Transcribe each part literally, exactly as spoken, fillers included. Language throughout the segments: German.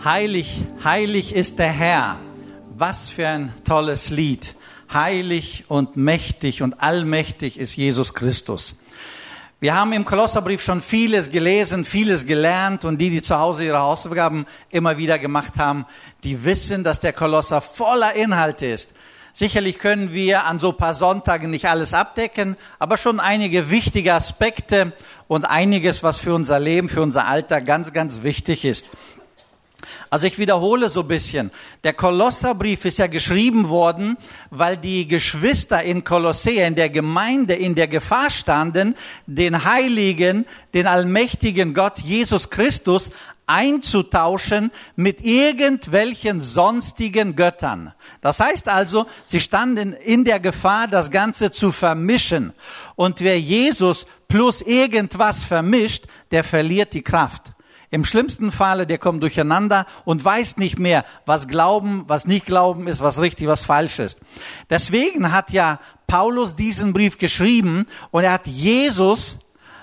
Heilig, heilig ist der Herr. Was für ein tolles Lied. Heilig und mächtig und allmächtig ist Jesus Christus. Wir haben im Kolosserbrief schon vieles gelesen, vieles gelernt und die, die zu Hause ihre Hausaufgaben immer wieder gemacht haben, die wissen, dass der Kolosser voller Inhalte ist. Sicherlich können wir an so ein paar Sonntagen nicht alles abdecken, aber schon einige wichtige Aspekte und einiges, was für unser Leben, für unser Alltag ganz, ganz wichtig ist. Also ich wiederhole so ein bisschen. Der Kolosserbrief ist ja geschrieben worden, weil die Geschwister in Kolossee, in der Gemeinde, in der Gefahr standen, den Heiligen, den allmächtigen Gott Jesus Christus einzutauschen mit irgendwelchen sonstigen Göttern. Das heißt also, sie standen in der Gefahr, das Ganze zu vermischen. Und wer Jesus plus irgendwas vermischt, der verliert die Kraft. Im schlimmsten Falle, der kommt durcheinander und weiß nicht mehr, was Glauben, was nicht Glauben ist, was richtig, was falsch ist. Deswegen hat ja Paulus diesen Brief geschrieben und er hat Jesus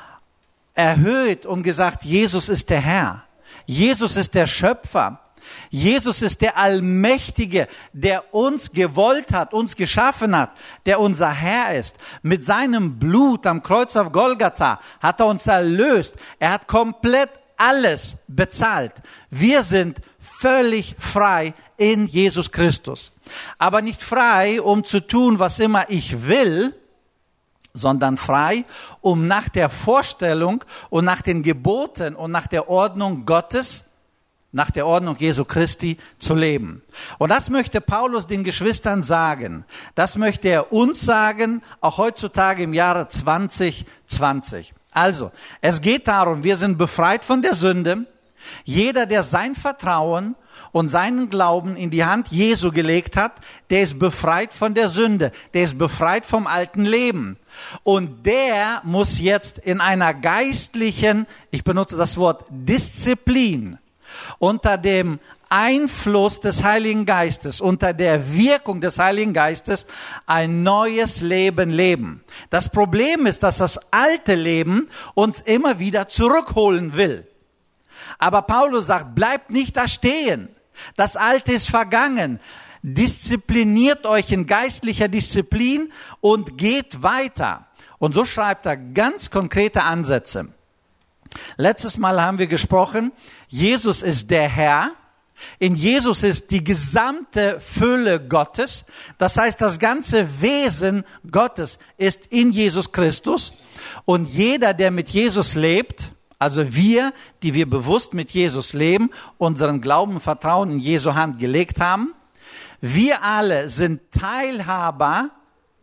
erhöht und gesagt, Jesus ist der Herr. Jesus ist der Schöpfer. Jesus ist der Allmächtige, der uns gewollt hat, uns geschaffen hat, der unser Herr ist. Mit seinem Blut am Kreuz auf Golgatha hat er uns erlöst. Er hat komplett alles bezahlt. Wir sind völlig frei in Jesus Christus. Aber nicht frei, um zu tun, was immer ich will, sondern frei, um nach der Vorstellung und nach den Geboten und nach der Ordnung Gottes, nach der Ordnung Jesu Christi zu leben. Und das möchte Paulus den Geschwistern sagen. Das möchte er uns sagen, auch heutzutage im Jahre zwanzig zwanzig. Also, es geht darum, wir sind befreit von der Sünde. Jeder, der sein Vertrauen und seinen Glauben in die Hand Jesu gelegt hat, der ist befreit von der Sünde. Der ist befreit vom alten Leben. Und der muss jetzt in einer geistlichen, ich benutze das Wort Disziplin, unter dem Einfluss des Heiligen Geistes, unter der Wirkung des Heiligen Geistes ein neues Leben leben. Das Problem ist, dass das alte Leben uns immer wieder zurückholen will. Aber Paulus sagt, bleibt nicht da stehen. Das Alte ist vergangen. Diszipliniert euch in geistlicher Disziplin und geht weiter. Und so schreibt er ganz konkrete Ansätze. Letztes Mal haben wir gesprochen, Jesus ist der Herr. In Jesus ist die gesamte Fülle Gottes. Das heißt, das ganze Wesen Gottes ist in Jesus Christus. Und jeder, der mit Jesus lebt, also wir, die wir bewusst mit Jesus leben, unseren Glauben und Vertrauen in Jesu Hand gelegt haben, wir alle sind Teilhaber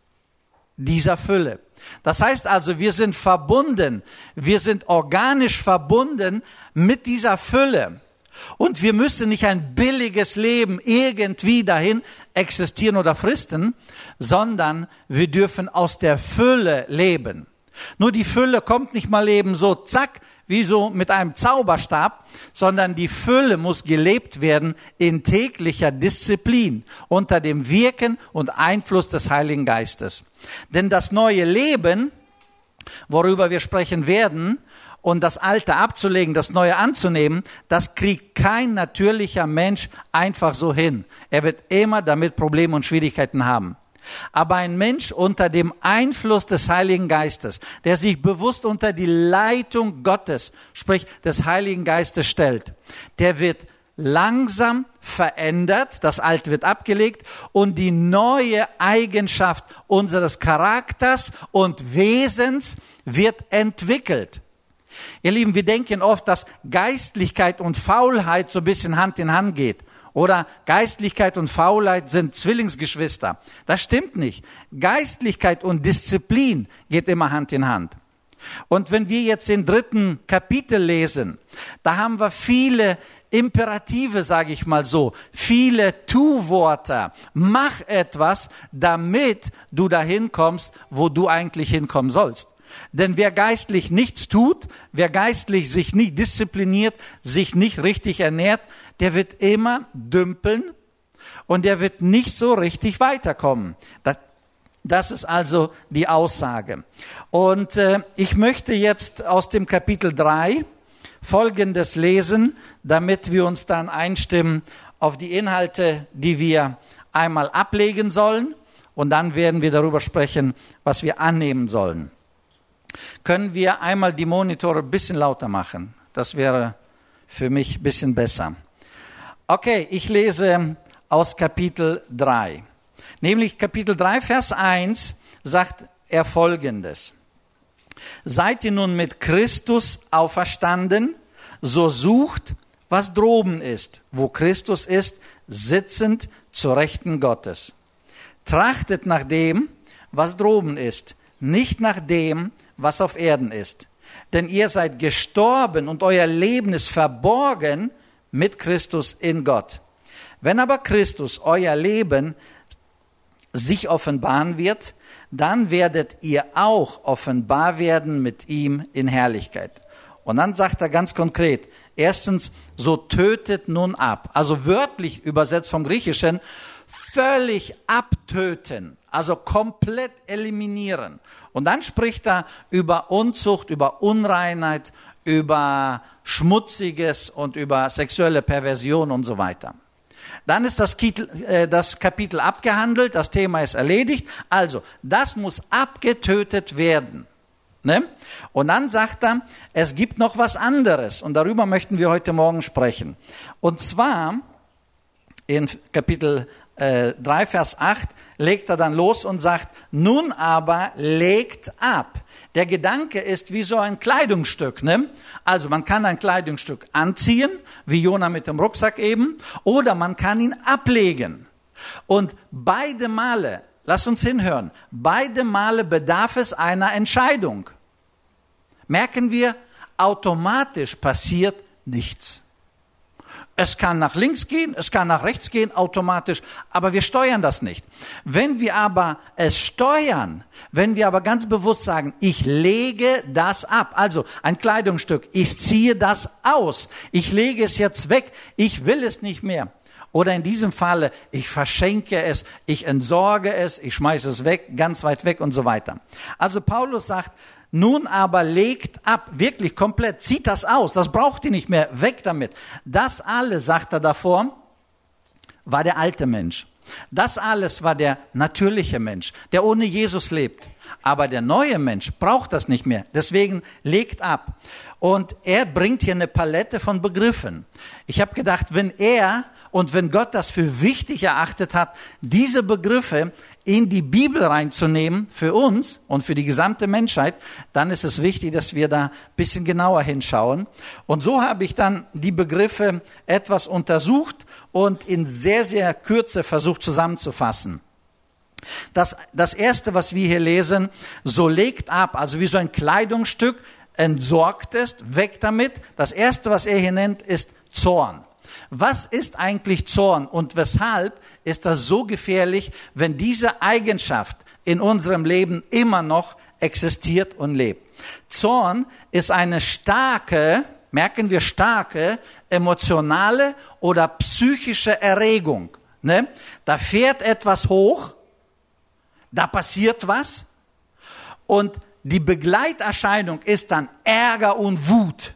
dieser Fülle. Das heißt also, wir sind verbunden, wir sind organisch verbunden mit dieser Fülle. Und wir müssen nicht ein billiges Leben irgendwie dahin existieren oder fristen, sondern wir dürfen aus der Fülle leben. Nur die Fülle kommt nicht mal eben so, zack, wie so mit einem Zauberstab, sondern die Fülle muss gelebt werden in täglicher Disziplin unter dem Wirken und Einfluss des Heiligen Geistes. Denn das neue Leben, worüber wir sprechen werden, und das Alte abzulegen, das Neue anzunehmen, das kriegt kein natürlicher Mensch einfach so hin. Er wird immer damit Probleme und Schwierigkeiten haben. Aber ein Mensch unter dem Einfluss des Heiligen Geistes, der sich bewusst unter die Leitung Gottes, sprich des Heiligen Geistes stellt, der wird langsam verändert, das Alte wird abgelegt und die neue Eigenschaft unseres Charakters und Wesens wird entwickelt. Ihr Lieben, wir denken oft, dass Geistlichkeit und Faulheit so ein bisschen Hand in Hand geht. Oder Geistlichkeit und Faulheit sind Zwillingsgeschwister. Das stimmt nicht. Geistlichkeit und Disziplin geht immer Hand in Hand. Und wenn wir jetzt den dritten Kapitel lesen, da haben wir viele Imperative, sage ich mal so, viele Tu-Wörter. Mach etwas, damit du dahin kommst, wo du eigentlich hinkommen sollst. Denn wer geistlich nichts tut, wer geistlich sich nicht diszipliniert, sich nicht richtig ernährt, der wird immer dümpeln und der wird nicht so richtig weiterkommen. Das, das ist also die Aussage. Und äh, ich möchte jetzt aus dem Kapitel drei Folgendes lesen, damit wir uns dann einstimmen auf die Inhalte, die wir einmal ablegen sollen. Und dann werden wir darüber sprechen, was wir annehmen sollen. Können wir einmal die Monitore ein bisschen lauter machen? Das wäre für mich ein bisschen besser. Okay, ich lese aus Kapitel drei. Nämlich Kapitel drei, Vers eins sagt er Folgendes. Seid ihr nun mit Christus auferstanden, so sucht, was droben ist, wo Christus ist, sitzend zur Rechten Gottes. Trachtet nach dem, was droben ist, nicht nach dem, was auf Erden ist. Denn ihr seid gestorben und euer Leben ist verborgen mit Christus in Gott. Wenn aber Christus, euer Leben, sich offenbaren wird, dann werdet ihr auch offenbar werden mit ihm in Herrlichkeit. Und dann sagt er ganz konkret, erstens, so tötet nun ab. Also wörtlich übersetzt vom Griechischen, völlig abtöten, also komplett eliminieren. Und dann spricht er über Unzucht, über Unreinheit, über Schmutziges und über sexuelle Perversion und so weiter. Dann ist das Kapitel abgehandelt, das Thema ist erledigt. Also, das muss abgetötet werden. Ne? Und dann sagt er, es gibt noch was anderes. Und darüber möchten wir heute Morgen sprechen. Und zwar in Kapitel äh, drei, Vers acht legt er dann los und sagt, nun aber legt ab. Der Gedanke ist wie so ein Kleidungsstück. Ne? Also man kann ein Kleidungsstück anziehen, wie Jona mit dem Rucksack eben, oder man kann ihn ablegen. Und beide Male, lasst uns hinhören, beide Male bedarf es einer Entscheidung. Merken wir, automatisch passiert nichts. Es kann nach links gehen, es kann nach rechts gehen, automatisch, aber wir steuern das nicht. Wenn wir aber es steuern, wenn wir aber ganz bewusst sagen, ich lege das ab, also ein Kleidungsstück, ich ziehe das aus, ich lege es jetzt weg, ich will es nicht mehr. Oder in diesem Falle, ich verschenke es, ich entsorge es, ich schmeiße es weg, ganz weit weg und so weiter. Also Paulus sagt, nun aber legt ab, wirklich komplett, zieht das aus, das braucht ihr nicht mehr, weg damit. Das alles, sagt er davor, war der alte Mensch. Das alles war der natürliche Mensch, der ohne Jesus lebt. Aber der neue Mensch braucht das nicht mehr, deswegen legt ab. Und er bringt hier eine Palette von Begriffen. Ich habe gedacht, wenn er und wenn Gott das für wichtig erachtet hat, diese Begriffe in die Bibel reinzunehmen für uns und für die gesamte Menschheit, dann ist es wichtig, dass wir da ein bisschen genauer hinschauen. Und so habe ich dann die Begriffe etwas untersucht und in sehr, sehr Kürze versucht zusammenzufassen. Das, das Erste, was wir hier lesen, so legt ab, also wie so ein Kleidungsstück, entsorgt es, weg damit. Das Erste, was er hier nennt, ist Zorn. Was ist eigentlich Zorn und weshalb ist das so gefährlich, wenn diese Eigenschaft in unserem Leben immer noch existiert und lebt? Zorn ist eine starke, merken wir starke, emotionale oder psychische Erregung. Ne? Da fährt etwas hoch, da passiert was und die Begleiterscheinung ist dann Ärger und Wut.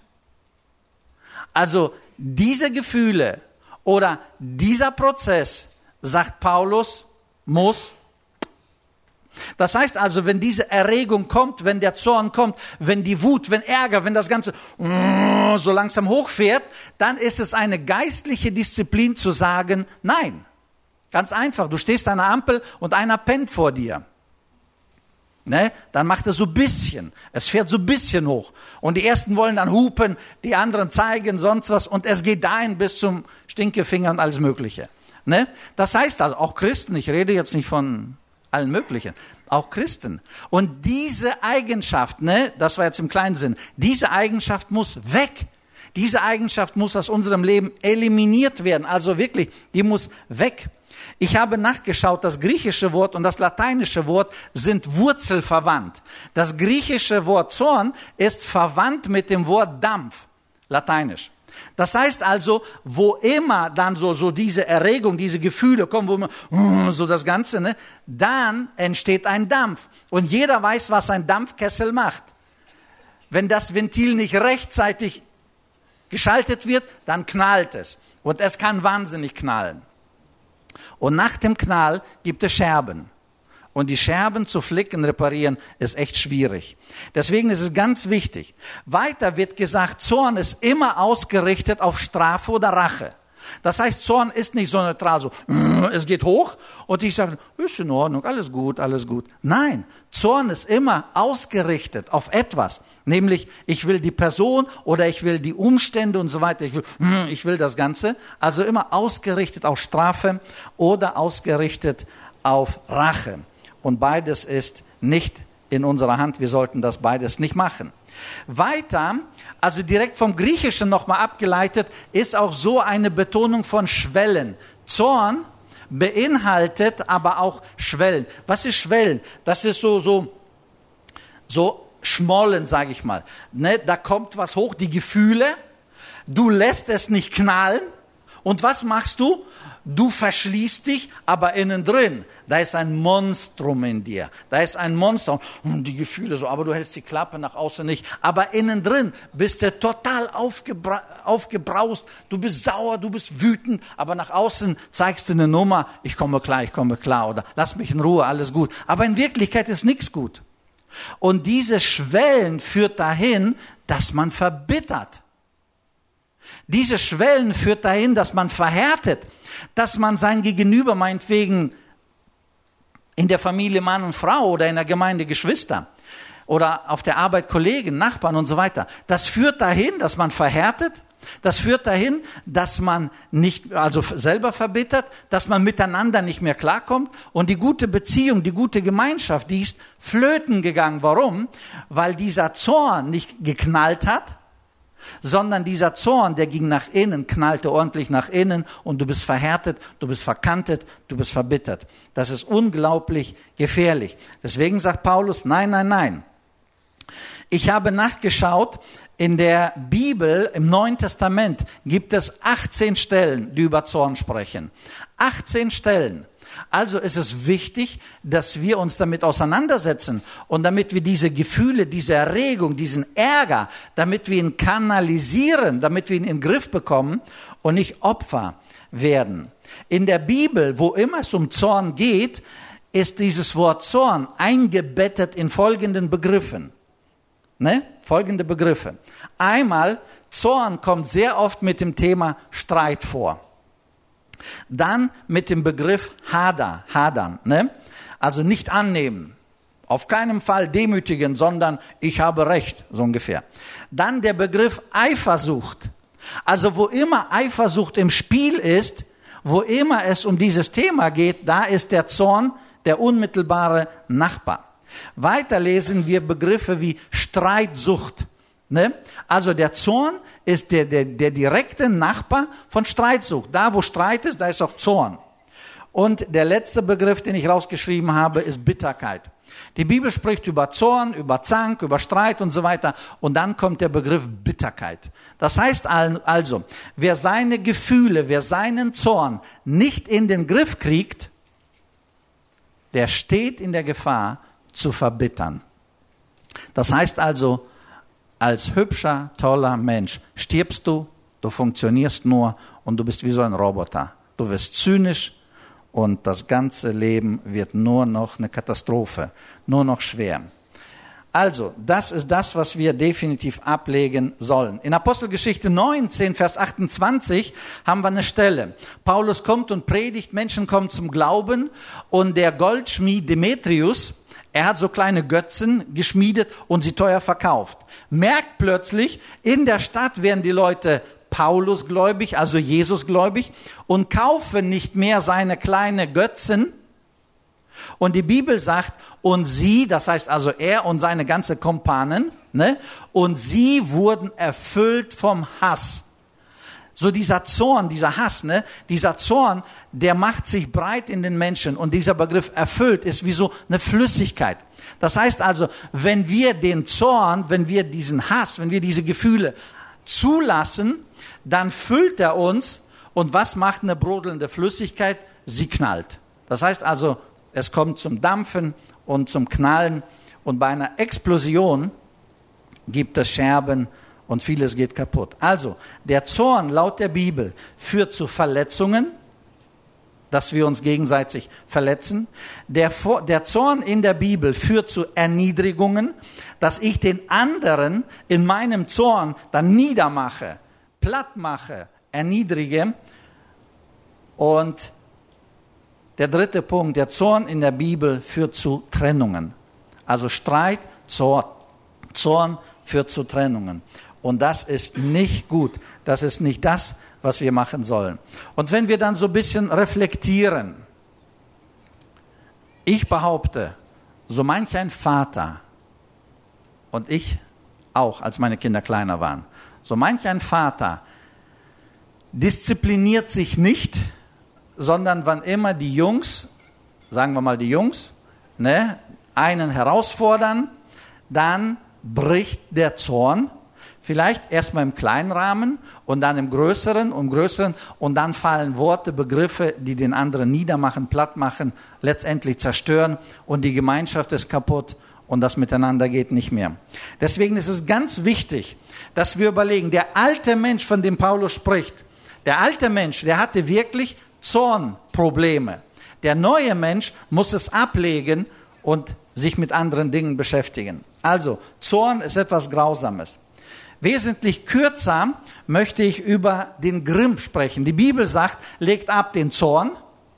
Also diese Gefühle oder dieser Prozess, sagt Paulus, muss. Das heißt also, wenn diese Erregung kommt, wenn der Zorn kommt, wenn die Wut, wenn Ärger, wenn das Ganze so langsam hochfährt, dann ist es eine geistliche Disziplin zu sagen, nein. Ganz einfach, du stehst an einer Ampel und einer pennt vor dir. Ne? Dann macht es so ein bisschen, es fährt so ein bisschen hoch. Und die Ersten wollen dann hupen, die anderen zeigen sonst was und es geht dahin bis zum Stinkefinger und alles Mögliche. Ne? Das heißt also, auch Christen, ich rede jetzt nicht von allen möglichen, auch Christen. Und diese Eigenschaft, ne, das war jetzt im kleinen Sinn, diese Eigenschaft muss weg. Diese Eigenschaft muss aus unserem Leben eliminiert werden. Also wirklich, die muss weg. Ich habe nachgeschaut, das griechische Wort und das lateinische Wort sind wurzelverwandt. Das griechische Wort Zorn ist verwandt mit dem Wort Dampf, lateinisch. Das heißt also, wo immer dann so, so diese Erregung, diese Gefühle kommen, wo man, so das Ganze, ne, dann entsteht ein Dampf. Und jeder weiß, was ein Dampfkessel macht. Wenn das Ventil nicht rechtzeitig geschaltet wird, dann knallt es. Und es kann wahnsinnig knallen. Und nach dem Knall gibt es Scherben. Und die Scherben zu flicken, reparieren, ist echt schwierig. Deswegen ist es ganz wichtig. Weiter wird gesagt, Zorn ist immer ausgerichtet auf Strafe oder Rache. Das heißt, Zorn ist nicht so neutral, so, es geht hoch und ich sage, ist in Ordnung, alles gut, alles gut. Nein, Zorn ist immer ausgerichtet auf etwas. Nämlich, ich will die Person oder ich will die Umstände und so weiter. Ich will, ich will das Ganze. Also immer ausgerichtet auf Strafe oder ausgerichtet auf Rache. Und beides ist nicht in unserer Hand. Wir sollten das beides nicht machen. Weiter, also direkt vom Griechischen nochmal abgeleitet, ist auch so eine Betonung von Schwellen. Zorn beinhaltet aber auch Schwellen. Was ist Schwellen? Das ist so, so, so Schmollen, sage ich mal. Ne? Da kommt was hoch, die Gefühle. Du lässt es nicht knallen. Und was machst du? Du verschließt dich, aber innen drin, da ist ein Monstrum in dir. Da ist ein Monster. Und die Gefühle so, aber du hältst die Klappe nach außen nicht. Aber innen drin bist du total aufgebra- aufgebraust. Du bist sauer, du bist wütend. Aber nach außen zeigst du eine Nummer. Ich komme klar, ich komme klar. Oder lass mich in Ruhe, alles gut. Aber in Wirklichkeit ist nichts gut. Und diese Schwellen führt dahin, dass man verbittert. Diese Schwellen führt dahin, dass man verhärtet, dass man sein Gegenüber meinetwegen in der Familie Mann und Frau oder in der Gemeinde Geschwister oder auf der Arbeit Kollegen, Nachbarn und so weiter. Das führt dahin, dass man verhärtet. Das führt dahin, dass man nicht, also selber verbittert, dass man miteinander nicht mehr klarkommt und die gute Beziehung, die gute Gemeinschaft, die ist flöten gegangen. Warum? Weil dieser Zorn nicht geknallt hat, sondern dieser Zorn, der ging nach innen, knallte ordentlich nach innen und du bist verhärtet, du bist verkantet, du bist verbittert. Das ist unglaublich gefährlich. Deswegen sagt Paulus, nein, nein, nein. Ich habe nachgeschaut, in der Bibel, im Neuen Testament, gibt es achtzehn Stellen, die über Zorn sprechen. achtzehn Stellen. Also ist es wichtig, dass wir uns damit auseinandersetzen und damit wir diese Gefühle, diese Erregung, diesen Ärger, damit wir ihn kanalisieren, damit wir ihn in den Griff bekommen und nicht Opfer werden. In der Bibel, wo immer es um Zorn geht, ist dieses Wort Zorn eingebettet in folgenden Begriffen. Ne? Folgende Begriffe. Einmal, Zorn kommt sehr oft mit dem Thema Streit vor. Dann mit dem Begriff Hader, hadern, ne? Also nicht annehmen, auf keinen Fall demütigen, sondern ich habe Recht, so ungefähr. Dann der Begriff Eifersucht, also wo immer Eifersucht im Spiel ist, wo immer es um dieses Thema geht, da ist der Zorn der unmittelbare Nachbar. Weiter lesen wir Begriffe wie Streitsucht. Ne? Also der Zorn ist der, der, der direkte Nachbar von Streitsucht. Da, wo Streit ist, da ist auch Zorn. Und der letzte Begriff, den ich rausgeschrieben habe, ist Bitterkeit. Die Bibel spricht über Zorn, über Zank, über Streit und so weiter. Und dann kommt der Begriff Bitterkeit. Das heißt also, wer seine Gefühle, wer seinen Zorn nicht in den Griff kriegt, der steht in der Gefahr zu verbittern. Das heißt also, als hübscher, toller Mensch stirbst du, du funktionierst nur und du bist wie so ein Roboter. Du wirst zynisch und das ganze Leben wird nur noch eine Katastrophe, nur noch schwer. Also, das ist das, was wir definitiv ablegen sollen. In Apostelgeschichte neunzehn, Vers achtundzwanzig haben wir eine Stelle. Paulus kommt und predigt, Menschen kommen zum Glauben und der Goldschmied Demetrius, er hat so kleine Götzen geschmiedet und sie teuer verkauft. Merkt plötzlich, in der Stadt werden die Leute Paulus gläubig, also Jesus gläubig, und kaufen nicht mehr seine kleinen Götzen. Und die Bibel sagt, und sie, das heißt also er und seine ganze Kumpanen, ne, und sie wurden erfüllt vom Hass. So dieser Zorn, dieser Hass, ne, dieser Zorn, der macht sich breit in den Menschen und dieser Begriff erfüllt ist wie so eine Flüssigkeit. Das heißt also, wenn wir den Zorn, wenn wir diesen Hass, wenn wir diese Gefühle zulassen, dann füllt er uns und was macht eine brodelnde Flüssigkeit? Sie knallt. Das heißt also, es kommt zum Dampfen und zum Knallen und bei einer Explosion gibt es Scherben und vieles geht kaputt. Also, der Zorn laut der Bibel führt zu Verletzungen, dass wir uns gegenseitig verletzen. Der, der Zorn in der Bibel führt zu Erniedrigungen, dass ich den anderen in meinem Zorn dann niedermache, platt mache, erniedrige. Und der dritte Punkt, der Zorn in der Bibel führt zu Trennungen. Also Streit, Zorn, Zorn führt zu Trennungen. Und das ist nicht gut. Das ist nicht das, was wir machen sollen. Und wenn wir dann so ein bisschen reflektieren, ich behaupte, so manch ein Vater, und ich auch, als meine Kinder kleiner waren, so manch ein Vater diszipliniert sich nicht, sondern wann immer die Jungs, sagen wir mal die Jungs, ne, einen herausfordern, dann bricht der Zorn. Vielleicht erstmal im kleinen Rahmen und dann im größeren und größeren und dann fallen Worte, Begriffe, die den anderen niedermachen, platt machen, letztendlich zerstören und die Gemeinschaft ist kaputt und das Miteinander geht nicht mehr. Deswegen ist es ganz wichtig, dass wir überlegen, der alte Mensch, von dem Paulus spricht, der alte Mensch, der hatte wirklich Zornprobleme. Der neue Mensch muss es ablegen und sich mit anderen Dingen beschäftigen. Also, Zorn ist etwas Grausames. Wesentlich kürzer möchte ich über den Grimm sprechen. Die Bibel sagt, legt ab den Zorn,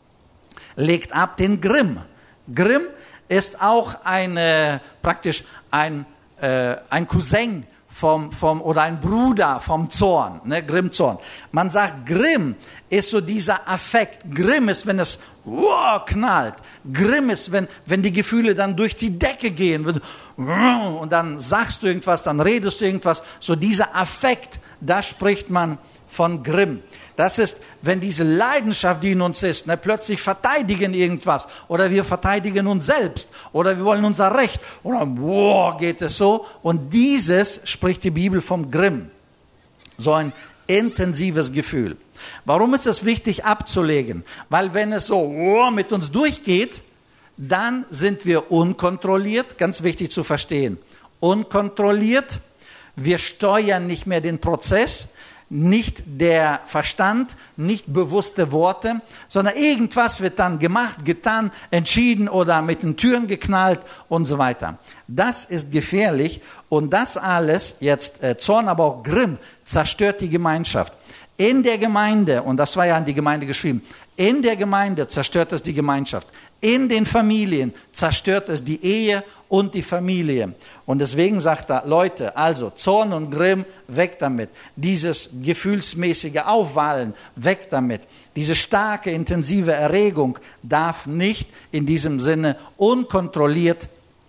legt ab den Grimm. Grimm ist auch eine, praktisch ein, äh, ein Cousin vom, vom, oder ein Bruder vom Zorn, ne? Grimm-Zorn. Man sagt, Grimm ist so dieser Affekt. Grimm ist, wenn es wow, knallt. Grimm ist, wenn, wenn die Gefühle dann durch die Decke gehen. Und dann sagst du irgendwas, dann redest du irgendwas. So dieser Affekt, da spricht man von Grimm. Das ist, wenn diese Leidenschaft, die in uns ist, ne, plötzlich verteidigen irgendwas. Oder wir verteidigen uns selbst. Oder wir wollen unser Recht. Oder wow, geht es so. Und dieses spricht die Bibel vom Grimm. So ein intensives Gefühl. Warum ist es wichtig abzulegen? Weil wenn es so oh, mit uns durchgeht, dann sind wir unkontrolliert, ganz wichtig zu verstehen. Unkontrolliert, wir steuern nicht mehr den Prozess, nicht der Verstand, nicht bewusste Worte, sondern irgendwas wird dann gemacht, getan, entschieden oder mit den Türen geknallt und so weiter. Das ist gefährlich und das alles, jetzt äh, Zorn, aber auch Grimm, zerstört die Gemeinschaft. In der Gemeinde, und das war ja an die Gemeinde geschrieben, in der Gemeinde zerstört es die Gemeinschaft. In den Familien zerstört es die Ehe und die Familie. Und deswegen sagt er, Leute, also Zorn und Grimm, weg damit. Dieses gefühlsmäßige Aufwallen, weg damit. Diese starke, intensive Erregung darf nicht in diesem Sinne unkontrolliert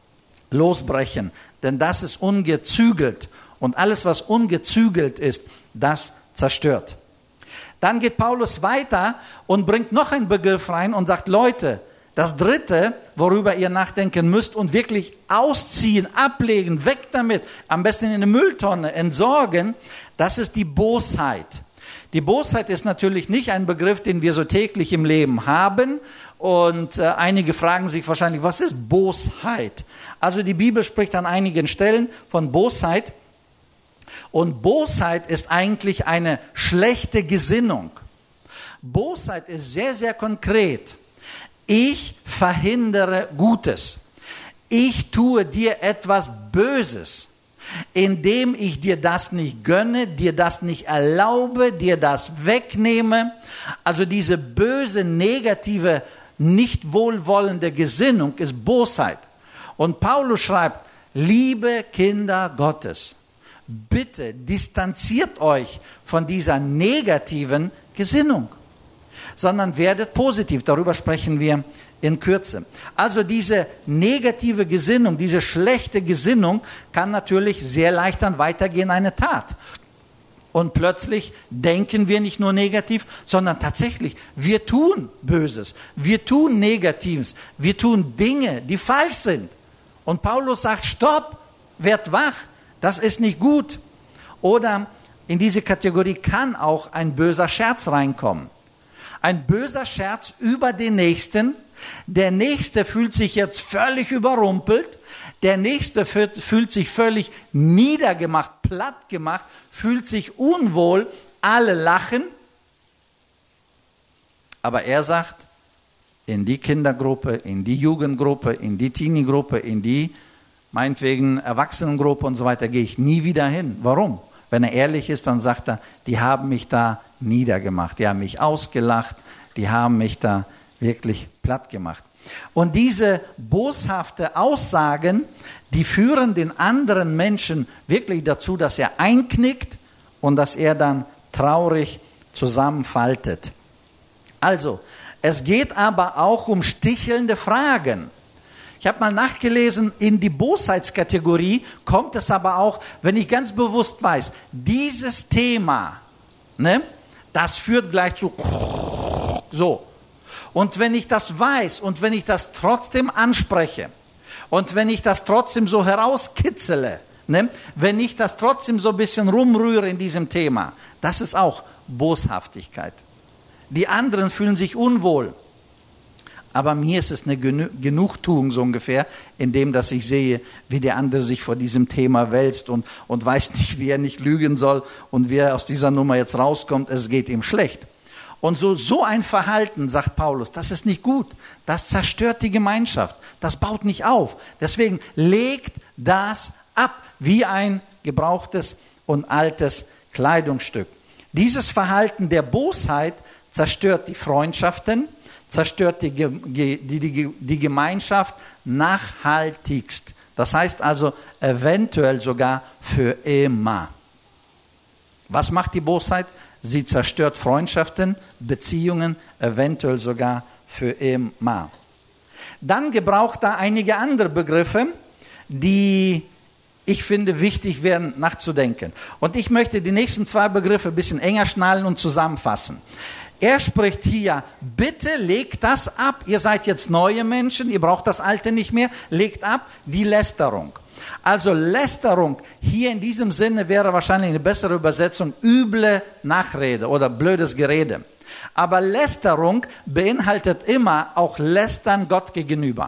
losbrechen. Denn das ist ungezügelt. Und alles, was ungezügelt ist, das zerstört. Dann geht Paulus weiter und bringt noch einen Begriff rein und sagt, Leute, das Dritte, worüber ihr nachdenken müsst und wirklich ausziehen, ablegen, weg damit, am besten in eine Mülltonne entsorgen, das ist die Bosheit. Die Bosheit ist natürlich nicht ein Begriff, den wir so täglich im Leben haben. Und äh, einige fragen sich wahrscheinlich, was ist Bosheit? Also die Bibel spricht an einigen Stellen von Bosheit. Und Bosheit ist eigentlich eine schlechte Gesinnung. Bosheit ist sehr, sehr konkret. Ich verhindere Gutes. Ich tue dir etwas Böses, indem ich dir das nicht gönne, dir das nicht erlaube, dir das wegnehme. Also diese böse, negative, nicht wohlwollende Gesinnung ist Bosheit. Und Paulus schreibt, liebe Kinder Gottes, bitte distanziert euch von dieser negativen Gesinnung, sondern werdet positiv. Darüber sprechen wir in Kürze. Also diese negative Gesinnung, diese schlechte Gesinnung kann natürlich sehr leicht dann weitergehen, eine Tat. Und plötzlich denken wir nicht nur negativ, sondern tatsächlich, wir tun Böses, wir tun Negatives, wir tun Dinge, die falsch sind. Und Paulus sagt, stopp, werd wach, das ist nicht gut. Oder in diese Kategorie kann auch ein böser Scherz reinkommen. Ein böser Scherz über den Nächsten. Der Nächste fühlt sich jetzt völlig überrumpelt. Der Nächste fühlt sich völlig niedergemacht, platt gemacht, fühlt sich unwohl, alle lachen. Aber er sagt, in die Kindergruppe, in die Jugendgruppe, in die Teenie-Gruppe, in die meinetwegen Erwachsenengruppe und so weiter, gehe ich nie wieder hin. Warum? Wenn er ehrlich ist, dann sagt er, die haben mich da niedergemacht, die haben mich ausgelacht, die haben mich da wirklich platt gemacht. Und diese boshafte Aussagen, die führen den anderen Menschen wirklich dazu, dass er einknickt und dass er dann traurig zusammenfaltet. Also, es geht aber auch um stichelnde Fragen. Ich habe mal nachgelesen, in die Bosheitskategorie kommt es aber auch, wenn ich ganz bewusst weiß, dieses Thema, ne, das führt gleich zu so. Und wenn ich das weiß und wenn ich das trotzdem anspreche und wenn ich das trotzdem so herauskitzele, ne, wenn ich das trotzdem so ein bisschen rumrühre in diesem Thema, das ist auch Boshaftigkeit. Die anderen fühlen sich unwohl. Aber mir ist es eine Genugtuung so ungefähr, indem dass ich sehe, wie der andere sich vor diesem Thema wälzt und, und weiß nicht, wie er nicht lügen soll und wie er aus dieser Nummer jetzt rauskommt, es geht ihm schlecht. Und so, so ein Verhalten, sagt Paulus, das ist nicht gut. Das zerstört die Gemeinschaft. Das baut nicht auf. Deswegen legt das ab, wie ein gebrauchtes und altes Kleidungsstück. Dieses Verhalten der Bosheit zerstört die Freundschaften, zerstört die, die, die, die Gemeinschaft nachhaltigst. Das heißt also eventuell sogar für immer. Was macht die Bosheit? Sie zerstört Freundschaften, Beziehungen, eventuell sogar für immer. Dann gebraucht er einige andere Begriffe, die ich finde wichtig wären nachzudenken. Und ich möchte die nächsten zwei Begriffe ein bisschen enger schnallen und zusammenfassen. Er spricht hier, bitte legt das ab. Ihr seid jetzt neue Menschen, ihr braucht das Alte nicht mehr. Legt ab die Lästerung. Also Lästerung hier in diesem Sinne wäre wahrscheinlich eine bessere Übersetzung, üble Nachrede oder blödes Gerede. Aber Lästerung beinhaltet immer auch Lästern Gott gegenüber.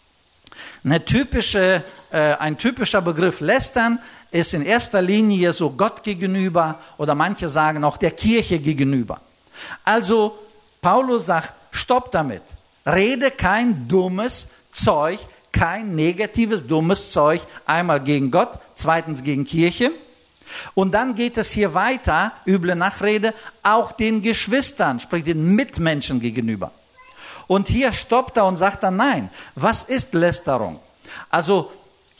Eine typische, äh, ein typischer Begriff Lästern ist in erster Linie so Gott gegenüber oder manche sagen auch der Kirche gegenüber. Also Paulus sagt, stopp damit. Rede kein dummes Zeug, kein negatives, dummes Zeug, einmal gegen Gott, zweitens gegen Kirche. Und dann geht es hier weiter, üble Nachrede, auch den Geschwistern, sprich den Mitmenschen gegenüber. Und hier stoppt er und sagt dann, nein, was ist Lästerung? Also,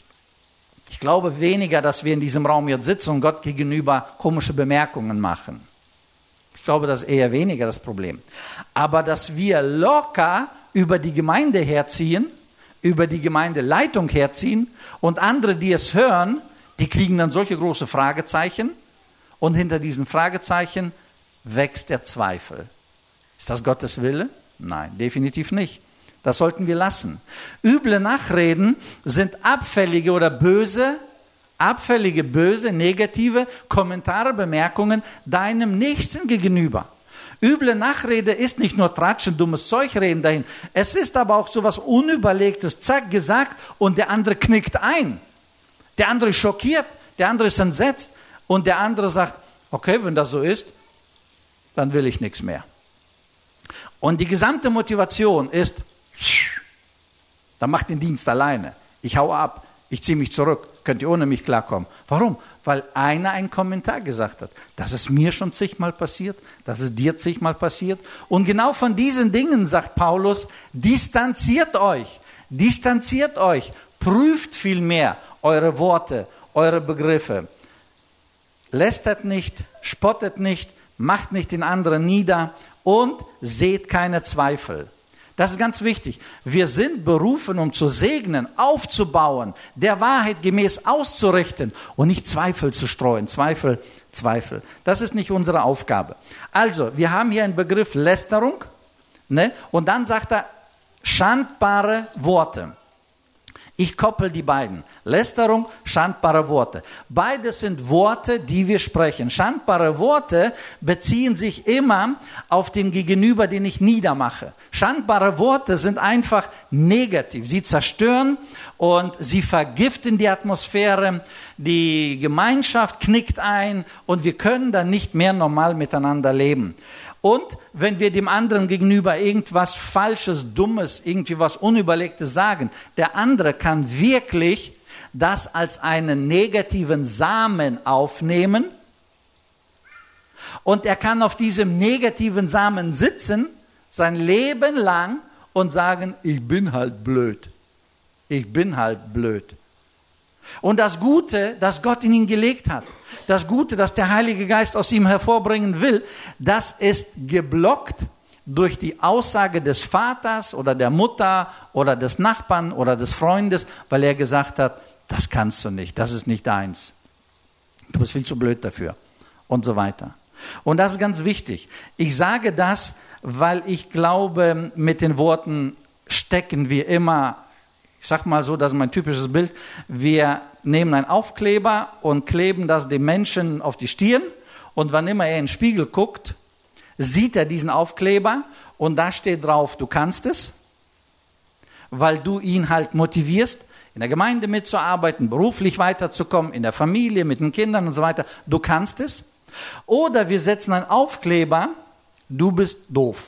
ich glaube weniger, dass wir in diesem Raum jetzt sitzen und Gott gegenüber komische Bemerkungen machen. Ich glaube, das ist eher weniger das Problem. Aber dass wir locker über die Gemeinde herziehen, über die Gemeindeleitung herziehen und andere, die es hören, die kriegen dann solche große Fragezeichen und hinter diesen Fragezeichen wächst der Zweifel. Ist das Gottes Wille? Nein, definitiv nicht. Das sollten wir lassen. Üble Nachreden sind abfällige oder böse, abfällige, böse, negative Kommentare, Bemerkungen deinem Nächsten gegenüber. Üble Nachrede ist nicht nur Tratschen, dummes Zeug reden dahin. Es ist aber auch so was Unüberlegtes, zack, gesagt und der andere knickt ein. Der andere ist schockiert, der andere ist entsetzt und der andere sagt, okay, wenn das so ist, dann will ich nichts mehr. Und die gesamte Motivation ist, dann macht den Dienst alleine. Ich hau ab, ich ziehe mich zurück, könnt ihr ohne mich klarkommen. Warum? Weil einer einen Kommentar gesagt hat. Das ist mir schon zigmal passiert, das ist dir zigmal passiert. Und genau von diesen Dingen, sagt Paulus, distanziert euch, distanziert euch, prüft vielmehr eure Worte, eure Begriffe. Lästert nicht, spottet nicht, macht nicht den anderen nieder und seht keine Zweifel. Das ist ganz wichtig. Wir sind berufen, um zu segnen, aufzubauen, der Wahrheit gemäß auszurichten und nicht Zweifel zu streuen. Zweifel, Zweifel. Das ist nicht unsere Aufgabe. Also, wir haben hier einen Begriff Lästerung, ne? Und dann sagt er schandbare Worte. Ich koppel die beiden. Lästerung, schandbare Worte. Beides sind Worte, die wir sprechen. Schandbare Worte beziehen sich immer auf den Gegenüber, den ich niedermache. Schandbare Worte sind einfach negativ. Sie zerstören und sie vergiften die Atmosphäre. Die Gemeinschaft knickt ein und wir können dann nicht mehr normal miteinander leben. Und wenn wir dem anderen gegenüber irgendwas Falsches, Dummes, irgendwie was Unüberlegtes sagen, der andere kann wirklich das als einen negativen Samen aufnehmen und er kann auf diesem negativen Samen sitzen, sein Leben lang und sagen, ich bin halt blöd. Ich bin halt blöd. Und das Gute, das Gott in ihn gelegt hat, das Gute, das der Heilige Geist aus ihm hervorbringen will, das ist geblockt durch die Aussage des Vaters oder der Mutter oder des Nachbarn oder des Freundes, weil er gesagt hat, das kannst du nicht, das ist nicht deins. Du bist viel zu blöd dafür und so weiter. Und das ist ganz wichtig. Ich sage das, weil ich glaube, mit den Worten stecken wir immer, ich sag mal so, das ist mein typisches Bild, wir nehmen einen Aufkleber und kleben das dem Menschen auf die Stirn und wann immer er in den Spiegel guckt, sieht er diesen Aufkleber und da steht drauf, du kannst es, weil du ihn halt motivierst, in der Gemeinde mitzuarbeiten, beruflich weiterzukommen, in der Familie, mit den Kindern und so weiter, du kannst es. Oder wir setzen einen Aufkleber, du bist doof.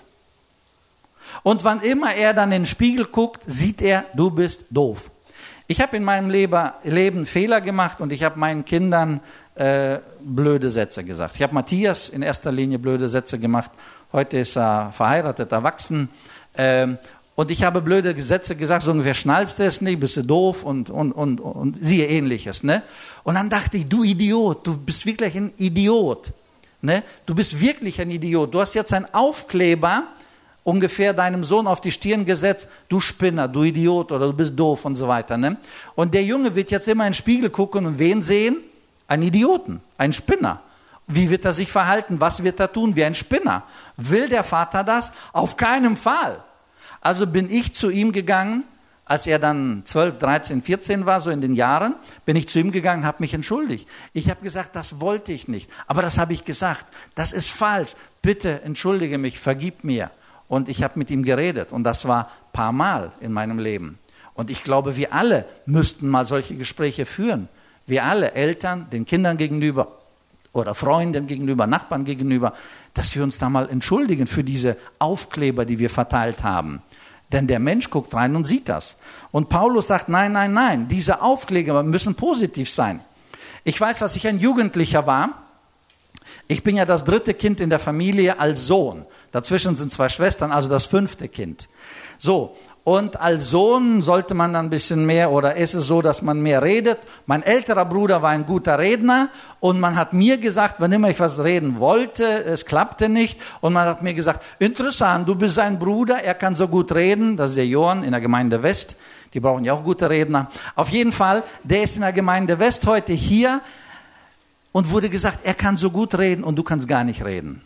Und wann immer er dann in den Spiegel guckt, sieht er, du bist doof. Ich habe in meinem Leben Fehler gemacht und ich habe meinen Kindern äh, blöde Sätze gesagt. Ich habe Matthias in erster Linie blöde Sätze gemacht. Heute ist er verheiratet, erwachsen. Ähm, und ich habe blöde Sätze gesagt, so ungefähr, schnallst du es nicht, bist du doof und, und, und, und siehe Ähnliches. Ne? Und dann dachte ich, du Idiot, du bist wirklich ein Idiot. Ne? Du bist wirklich ein Idiot. Du hast jetzt einen Aufkleber ungefähr deinem Sohn auf die Stirn gesetzt, du Spinner, du Idiot oder du bist doof und so weiter. Ne? Und der Junge wird jetzt immer in den Spiegel gucken und wen sehen? Einen Idioten, einen Spinner. Wie wird er sich verhalten? Was wird er tun? Wie ein Spinner. Will der Vater das? Auf keinen Fall. Also bin ich zu ihm gegangen, als er dann zwölf, dreizehn, vierzehn war, so in den Jahren, bin ich zu ihm gegangen, habe mich entschuldigt. Ich habe gesagt, das wollte ich nicht. Aber das habe ich gesagt. Das ist falsch. Bitte entschuldige mich, vergib mir. Und ich habe mit ihm geredet und das war ein paar Mal in meinem Leben. Und ich glaube, wir alle müssten mal solche Gespräche führen. Wir alle, Eltern, den Kindern gegenüber oder Freunden gegenüber, Nachbarn gegenüber, dass wir uns da mal entschuldigen für diese Aufkleber, die wir verteilt haben. Denn der Mensch guckt rein und sieht das. Und Paulus sagt, nein, nein, nein, diese Aufkleber müssen positiv sein. Ich weiß, als ich ein Jugendlicher war, ich bin ja das dritte Kind in der Familie als Sohn. Dazwischen sind zwei Schwestern, also das fünfte Kind. So, und als Sohn sollte man dann ein bisschen mehr, oder ist es so, dass man mehr redet. Mein älterer Bruder war ein guter Redner und man hat mir gesagt, wann immer ich was reden wollte, es klappte nicht. Und man hat mir gesagt, interessant, du bist sein Bruder, er kann so gut reden. Das ist der Johann in der Gemeinde West. Die brauchen ja auch gute Redner. Auf jeden Fall, der ist in der Gemeinde West heute hier und wurde gesagt, er kann so gut reden und du kannst gar nicht reden.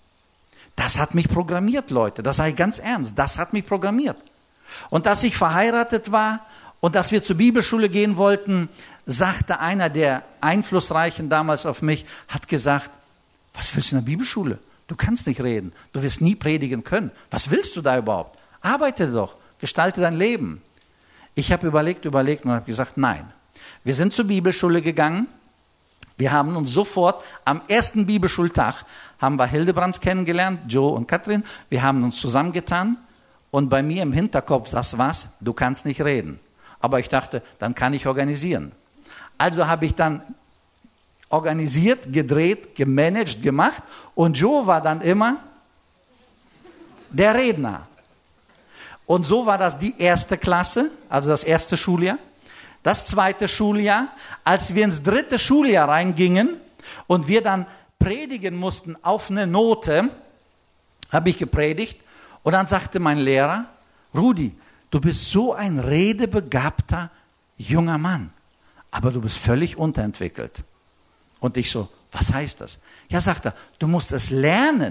Das hat mich programmiert, Leute. Das sage ich ganz ernst. Das hat mich programmiert. Und als ich verheiratet war und dass wir zur Bibelschule gehen wollten, sagte einer der Einflussreichen damals auf mich, hat gesagt, was willst du in der Bibelschule? Du kannst nicht reden. Du wirst nie predigen können. Was willst du da überhaupt? Arbeite doch. Gestalte dein Leben. Ich habe überlegt, überlegt und habe gesagt, nein. Wir sind zur Bibelschule gegangen. Wir haben uns sofort am ersten Bibelschultag haben wir Hildebrands kennengelernt, Joe und Katrin. Wir haben uns zusammengetan und bei mir im Hinterkopf saß was, du kannst nicht reden. Aber ich dachte, dann kann ich organisieren. Also habe ich dann organisiert, gedreht, gemanagt, gemacht und Joe war dann immer der Redner. Und so war das die erste Klasse, also das erste Schuljahr. Das zweite Schuljahr, als wir ins dritte Schuljahr reingingen und wir dann predigen mussten auf eine Note, habe ich gepredigt und dann sagte mein Lehrer, Rudi, du bist so ein redebegabter junger Mann, aber du bist völlig unterentwickelt. Und ich so, was heißt das? Ja, sagt er, du musst es lernen,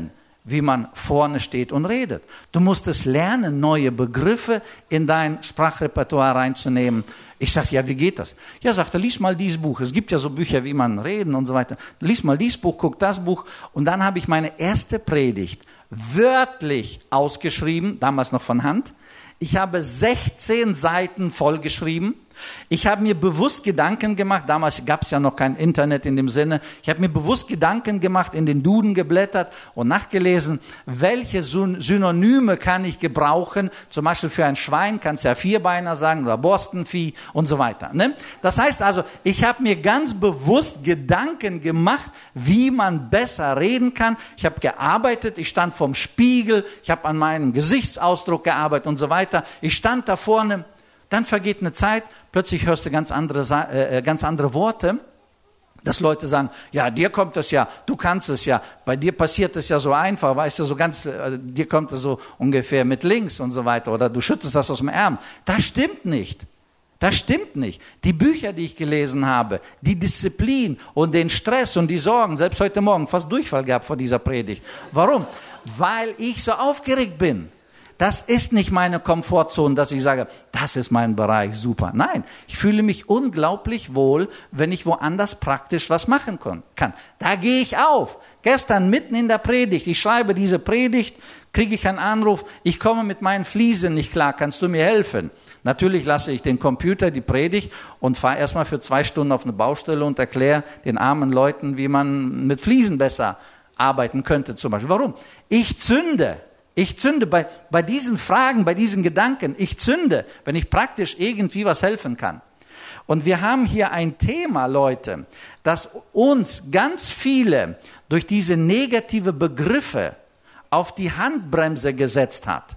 wie man vorne steht und redet. Du musst es lernen, neue Begriffe in dein Sprachrepertoire reinzunehmen. Ich sagte, ja, wie geht das? Ja, sagte, lies mal dieses Buch. Es gibt ja so Bücher, wie man reden und so weiter. Lies mal dieses Buch, guck das Buch. Und dann habe ich meine erste Predigt wörtlich ausgeschrieben, damals noch von Hand. Ich habe sechzehn Seiten vollgeschrieben. Ich habe mir bewusst Gedanken gemacht, damals gab es ja noch kein Internet in dem Sinne, ich habe mir bewusst Gedanken gemacht, in den Duden geblättert und nachgelesen, welche Synonyme kann ich gebrauchen, zum Beispiel für ein Schwein kannst du ja Vierbeiner sagen oder Borstenvieh und so weiter. Ne? Das heißt also, ich habe mir ganz bewusst Gedanken gemacht, wie man besser reden kann. Ich habe gearbeitet, ich stand vorm Spiegel, ich habe an meinem Gesichtsausdruck gearbeitet und so weiter. Ich stand da vorne. Dann vergeht eine Zeit, plötzlich hörst du ganz andere, äh, ganz andere Worte, dass Leute sagen, ja, dir kommt es ja, du kannst es ja, bei dir passiert es ja so einfach, weißt du, so ganz, äh, dir kommt es so ungefähr mit links und so weiter, oder du schüttelst das aus dem Ärmel. Das stimmt nicht. Das stimmt nicht. Die Bücher, die ich gelesen habe, die Disziplin und den Stress und die Sorgen, selbst heute Morgen fast Durchfall gehabt vor dieser Predigt. Warum? Weil ich so aufgeregt bin. Das ist nicht meine Komfortzone, dass ich sage, das ist mein Bereich, super. Nein, ich fühle mich unglaublich wohl, wenn ich woanders praktisch was machen kann. Da gehe ich auf. Gestern mitten in der Predigt, ich schreibe diese Predigt, kriege ich einen Anruf, ich komme mit meinen Fliesen nicht klar, kannst du mir helfen? Natürlich lasse ich den Computer, die Predigt und fahre erstmal für zwei Stunden auf eine Baustelle und erkläre den armen Leuten, wie man mit Fliesen besser arbeiten könnte zum Beispiel. Warum? Ich zünde. Ich zünde bei, bei diesen Fragen, bei diesen Gedanken, ich zünde, wenn ich praktisch irgendwie was helfen kann. Und wir haben hier ein Thema, Leute, das uns ganz viele durch diese negative Begriffe auf die Handbremse gesetzt hat.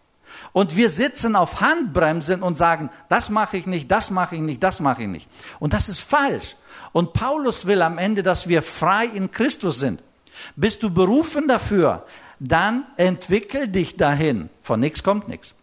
Und wir sitzen auf Handbremsen und sagen, das mache ich nicht, das mache ich nicht, das mache ich nicht. Und das ist falsch. Und Paulus will am Ende, dass wir frei in Christus sind. Bist du berufen dafür? Dann entwickel dich dahin. Von nichts kommt nichts.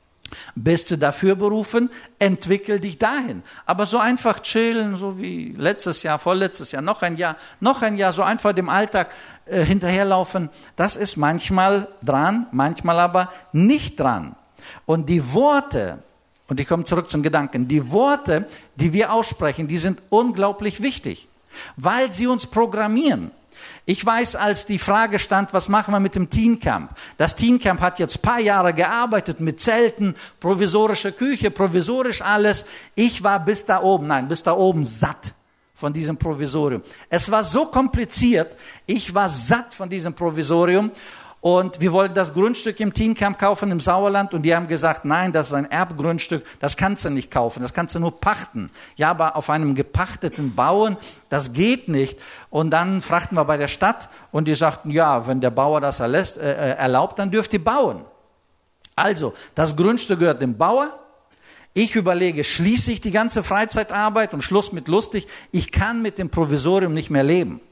Bist du dafür berufen? Entwickel dich dahin. Aber so einfach chillen, so wie letztes Jahr, vorletztes Jahr, noch ein Jahr, noch ein Jahr, so einfach dem Alltag äh, hinterherlaufen, das ist manchmal dran, manchmal aber nicht dran. Und die Worte, und ich komme zurück zum Gedanken, die Worte, die wir aussprechen, die sind unglaublich wichtig, weil sie uns programmieren. Ich weiß, als die Frage stand, was machen wir mit dem Teen Camp? Das Teen Camp hat jetzt ein paar Jahre gearbeitet mit Zelten, provisorische Küche, provisorisch alles. Ich war bis da oben, nein, bis da oben satt von diesem Provisorium. Es war so kompliziert, ich war satt von diesem Provisorium. Und wir wollten das Grundstück im Teen Camp kaufen im Sauerland und die haben gesagt, nein, das ist ein Erbgrundstück, das kannst du nicht kaufen, das kannst du nur pachten. Ja, aber auf einem gepachteten bauen, das geht nicht. Und dann fragten wir bei der Stadt und die sagten, ja, wenn der Bauer das erlässt, äh, erlaubt, dann dürft ihr bauen. Also, das Grundstück gehört dem Bauer. Ich überlege, schließe ich die ganze Freizeitarbeit und Schluss mit lustig, ich kann mit dem Provisorium nicht mehr leben.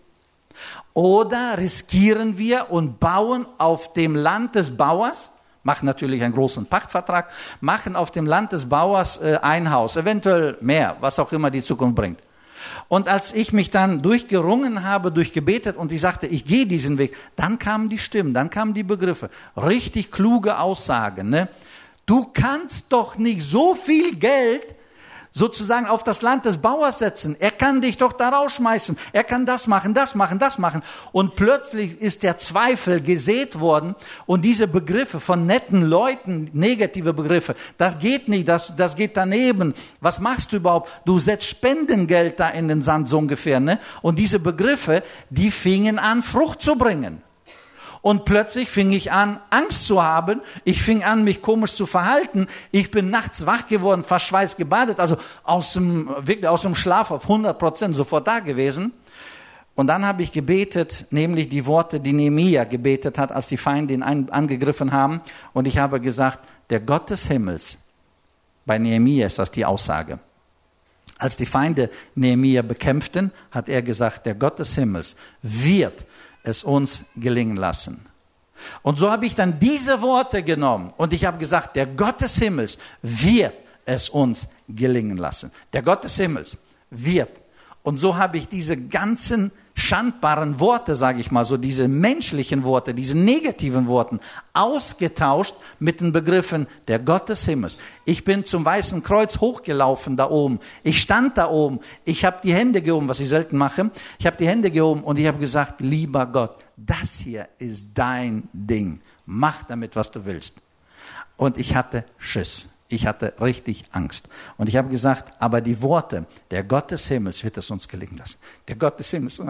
Oder riskieren wir und bauen auf dem Land des Bauers, machen natürlich einen großen Pachtvertrag, machen auf dem Land des Bauers äh, ein Haus, eventuell mehr, was auch immer die Zukunft bringt. Und als ich mich dann durchgerungen habe, durchgebetet und ich sagte, ich gehe diesen Weg, dann kamen die Stimmen, dann kamen die Begriffe, richtig kluge Aussagen. Ne? Du kannst doch nicht so viel Geld sozusagen auf das Land des Bauers setzen. Er kann dich doch da rausschmeißen. Er kann das machen, das machen, das machen. Und plötzlich ist der Zweifel gesät worden und diese Begriffe von netten Leuten, negative Begriffe, das geht nicht, das, das geht daneben. Was machst du überhaupt? Du setzt Spendengeld da in den Sand so ungefähr, ne? Und diese Begriffe, die fingen an, Frucht zu bringen. Und plötzlich fing ich an, Angst zu haben. Ich fing an, mich komisch zu verhalten. Ich bin nachts wach geworden, fast schweißgebadet, also aus dem, wirklich aus dem Schlaf auf hundert Prozent sofort da gewesen. Und dann habe ich gebetet, nämlich die Worte, die Nehemia gebetet hat, als die Feinde ihn angegriffen haben. Und ich habe gesagt, der Gott des Himmels, bei Nehemia ist das die Aussage. Als die Feinde Nehemia bekämpften, hat er gesagt, der Gott des Himmels wird es uns gelingen lassen. Und so habe ich dann diese Worte genommen und ich habe gesagt, der Gott des Himmels wird es uns gelingen lassen. Der Gott des Himmels wird. Und so habe ich diese ganzen schandbaren Worte, sage ich mal so, diese menschlichen Worte, diese negativen Worten, ausgetauscht mit den Begriffen der Gott des Himmels. Ich bin zum Weißen Kreuz hochgelaufen da oben. Ich stand da oben. Ich habe die Hände gehoben, was ich selten mache. Ich habe die Hände gehoben und ich habe gesagt, lieber Gott, das hier ist dein Ding. Mach damit, was du willst. Und ich hatte Schiss. Ich hatte richtig Angst. Und ich habe gesagt, aber die Worte, der Gott des Himmels wird es uns gelingen lassen. Der Gott des Himmels.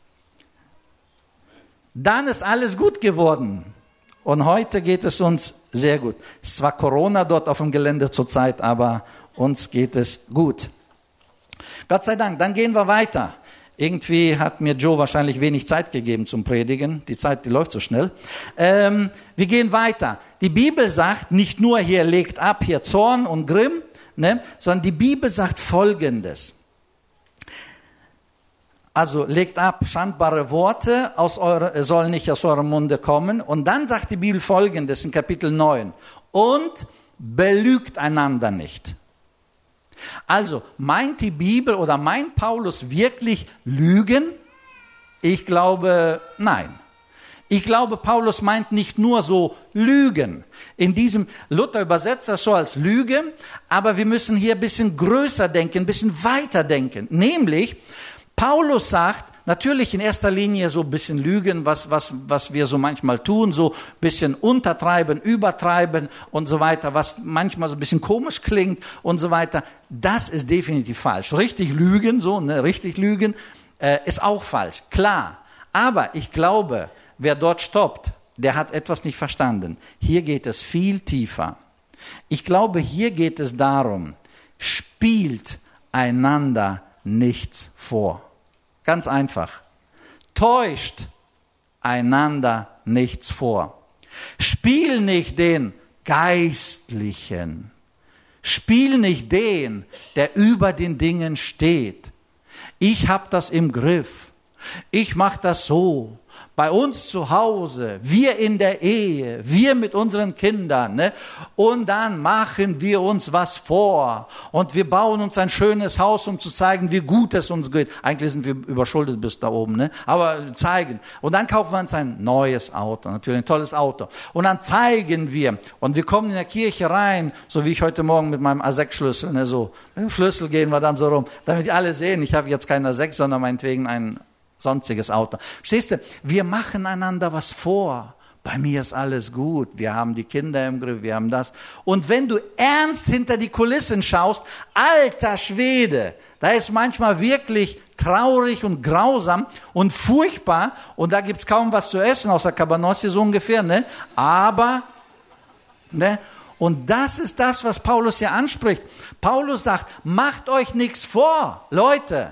Dann ist alles gut geworden. Und heute geht es uns sehr gut. Es ist zwar Corona dort auf dem Gelände zurzeit, aber uns geht es gut. Gott sei Dank, dann gehen wir weiter. Irgendwie hat mir Joe wahrscheinlich wenig Zeit gegeben zum Predigen. Die Zeit, die läuft so schnell. Ähm, wir gehen weiter. Die Bibel sagt nicht nur hier legt ab, hier Zorn und Grimm, ne, sondern die Bibel sagt Folgendes. Also legt ab, schandbare Worte aus eure, sollen nicht aus eurem Munde kommen. Und dann sagt die Bibel Folgendes in Kapitel neun. Und belügt einander nicht. Also, meint die Bibel oder meint Paulus wirklich Lügen? Ich glaube, nein. Ich glaube, Paulus meint nicht nur so Lügen. In diesem, Luther übersetzt das so als Lüge, aber wir müssen hier ein bisschen größer denken, ein bisschen weiter denken. Nämlich, Paulus sagt, natürlich in erster Linie so ein bisschen Lügen, was, was, was wir so manchmal tun, so ein bisschen untertreiben, übertreiben und so weiter, was manchmal so ein bisschen komisch klingt und so weiter. Das ist definitiv falsch. Richtig lügen, so, ne, richtig lügen, äh, ist auch falsch, klar. Aber ich glaube, wer dort stoppt, der hat etwas nicht verstanden. Hier geht es viel tiefer. Ich glaube, hier geht es darum, spielt einander nichts vor. Ganz einfach. Täuscht einander nichts vor. Spiel nicht den Geistlichen. Spiel nicht den, der über den Dingen steht. Ich habe das im Griff. Ich mache das so. Bei uns zu Hause, wir in der Ehe, wir mit unseren Kindern, ne? Und dann machen wir uns was vor und wir bauen uns ein schönes Haus, um zu zeigen, wie gut es uns geht. Eigentlich sind wir überschuldet bis da oben, ne? Aber zeigen. Und dann kaufen wir uns ein neues Auto, natürlich ein tolles Auto. Und dann zeigen wir und wir kommen in der Kirche rein, so wie ich heute Morgen mit meinem A sechs Schlüssel, ne? So mit dem Schlüssel gehen wir dann so rum, damit die alle sehen, ich habe jetzt keinen A sechs, sondern meinetwegen einen sonstiges Auto. Verstehst du? Wir machen einander was vor. Bei mir ist alles gut. Wir haben die Kinder im Griff, wir haben das. Und wenn du ernst hinter die Kulissen schaust, alter Schwede, da ist manchmal wirklich traurig und grausam und furchtbar. Und da gibt's kaum was zu essen, außer Cabanossi so ungefähr, ne? Aber, ne? Und das ist das, was Paulus hier anspricht. Paulus sagt, macht euch nichts vor, Leute.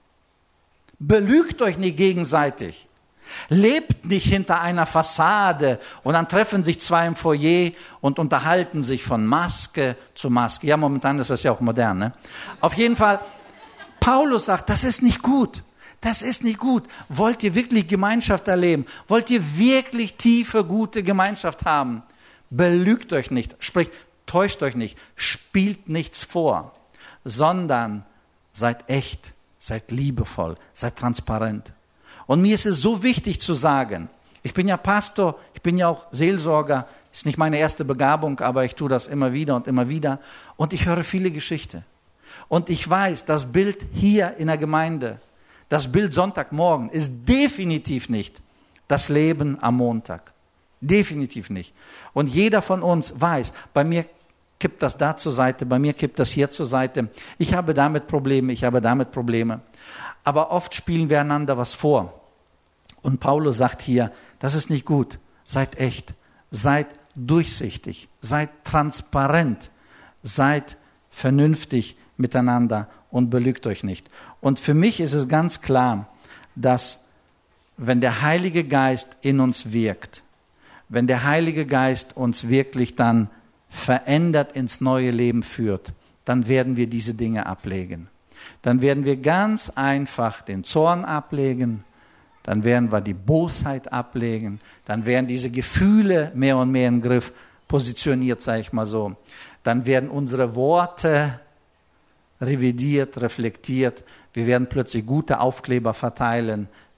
Belügt euch nicht gegenseitig. Lebt nicht hinter einer Fassade und dann treffen sich zwei im Foyer und unterhalten sich von Maske zu Maske. Ja, momentan ist das ja auch modern, ne? Auf jeden Fall, Paulus sagt, das ist nicht gut. Das ist nicht gut. Wollt ihr wirklich Gemeinschaft erleben? Wollt ihr wirklich tiefe, gute Gemeinschaft haben? Belügt euch nicht. Sprich, täuscht euch nicht. Spielt nichts vor, sondern seid echt. Seid liebevoll, seid transparent. Und mir ist es so wichtig zu sagen, ich bin ja Pastor, ich bin ja auch Seelsorger, ist nicht meine erste Begabung, aber ich tue das immer wieder und immer wieder. Und ich höre viele Geschichten. Und ich weiß, das Bild hier in der Gemeinde, das Bild Sonntagmorgen ist definitiv nicht das Leben am Montag. Definitiv nicht. Und jeder von uns weiß, bei mir kippt das da zur Seite, bei mir kippt das hier zur Seite. Ich habe damit Probleme, ich habe damit Probleme. Aber oft spielen wir einander was vor. Und Paulus sagt hier, das ist nicht gut. Seid echt, seid durchsichtig, seid transparent, seid vernünftig miteinander und belügt euch nicht. Und für mich ist es ganz klar, dass wenn der Heilige Geist in uns wirkt, wenn der Heilige Geist uns wirklich dann verändert ins neue Leben führt, dann werden wir diese Dinge ablegen. Dann werden wir ganz einfach den Zorn ablegen, dann werden wir die Bosheit ablegen, dann werden diese Gefühle mehr und mehr im Griff positioniert, sage ich mal so. Dann werden unsere Worte revidiert, reflektiert, wir werden plötzlich gute Aufkleber verteilen,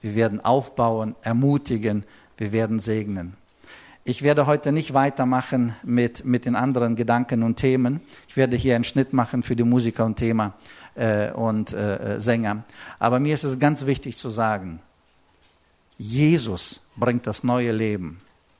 wir werden aufbauen, ermutigen, wir werden segnen. Ich werde heute nicht weitermachen mit, mit den anderen Gedanken und Themen. Ich werde hier einen Schnitt machen für die Musiker und Thema äh, und äh, Sänger. Aber mir ist es ganz wichtig zu sagen, Jesus bringt das neue Leben.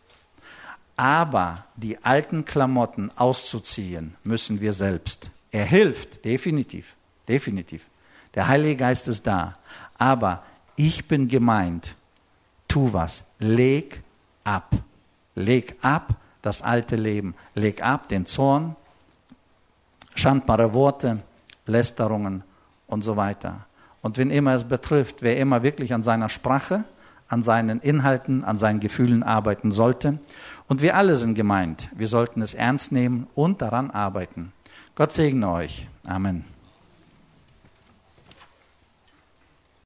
Aber die alten Klamotten auszuziehen, müssen wir selbst. Er hilft, definitiv, definitiv. Der Heilige Geist ist da. Aber ich bin gemeint, tu was, leg ab. Leg ab das alte Leben. Leg ab den Zorn, schandbare Worte, Lästerungen und so weiter. Und wen immer es betrifft, wer immer wirklich an seiner Sprache, an seinen Inhalten, an seinen Gefühlen arbeiten sollte. Und wir alle sind gemeint. Wir sollten es ernst nehmen und daran arbeiten. Gott segne euch. Amen.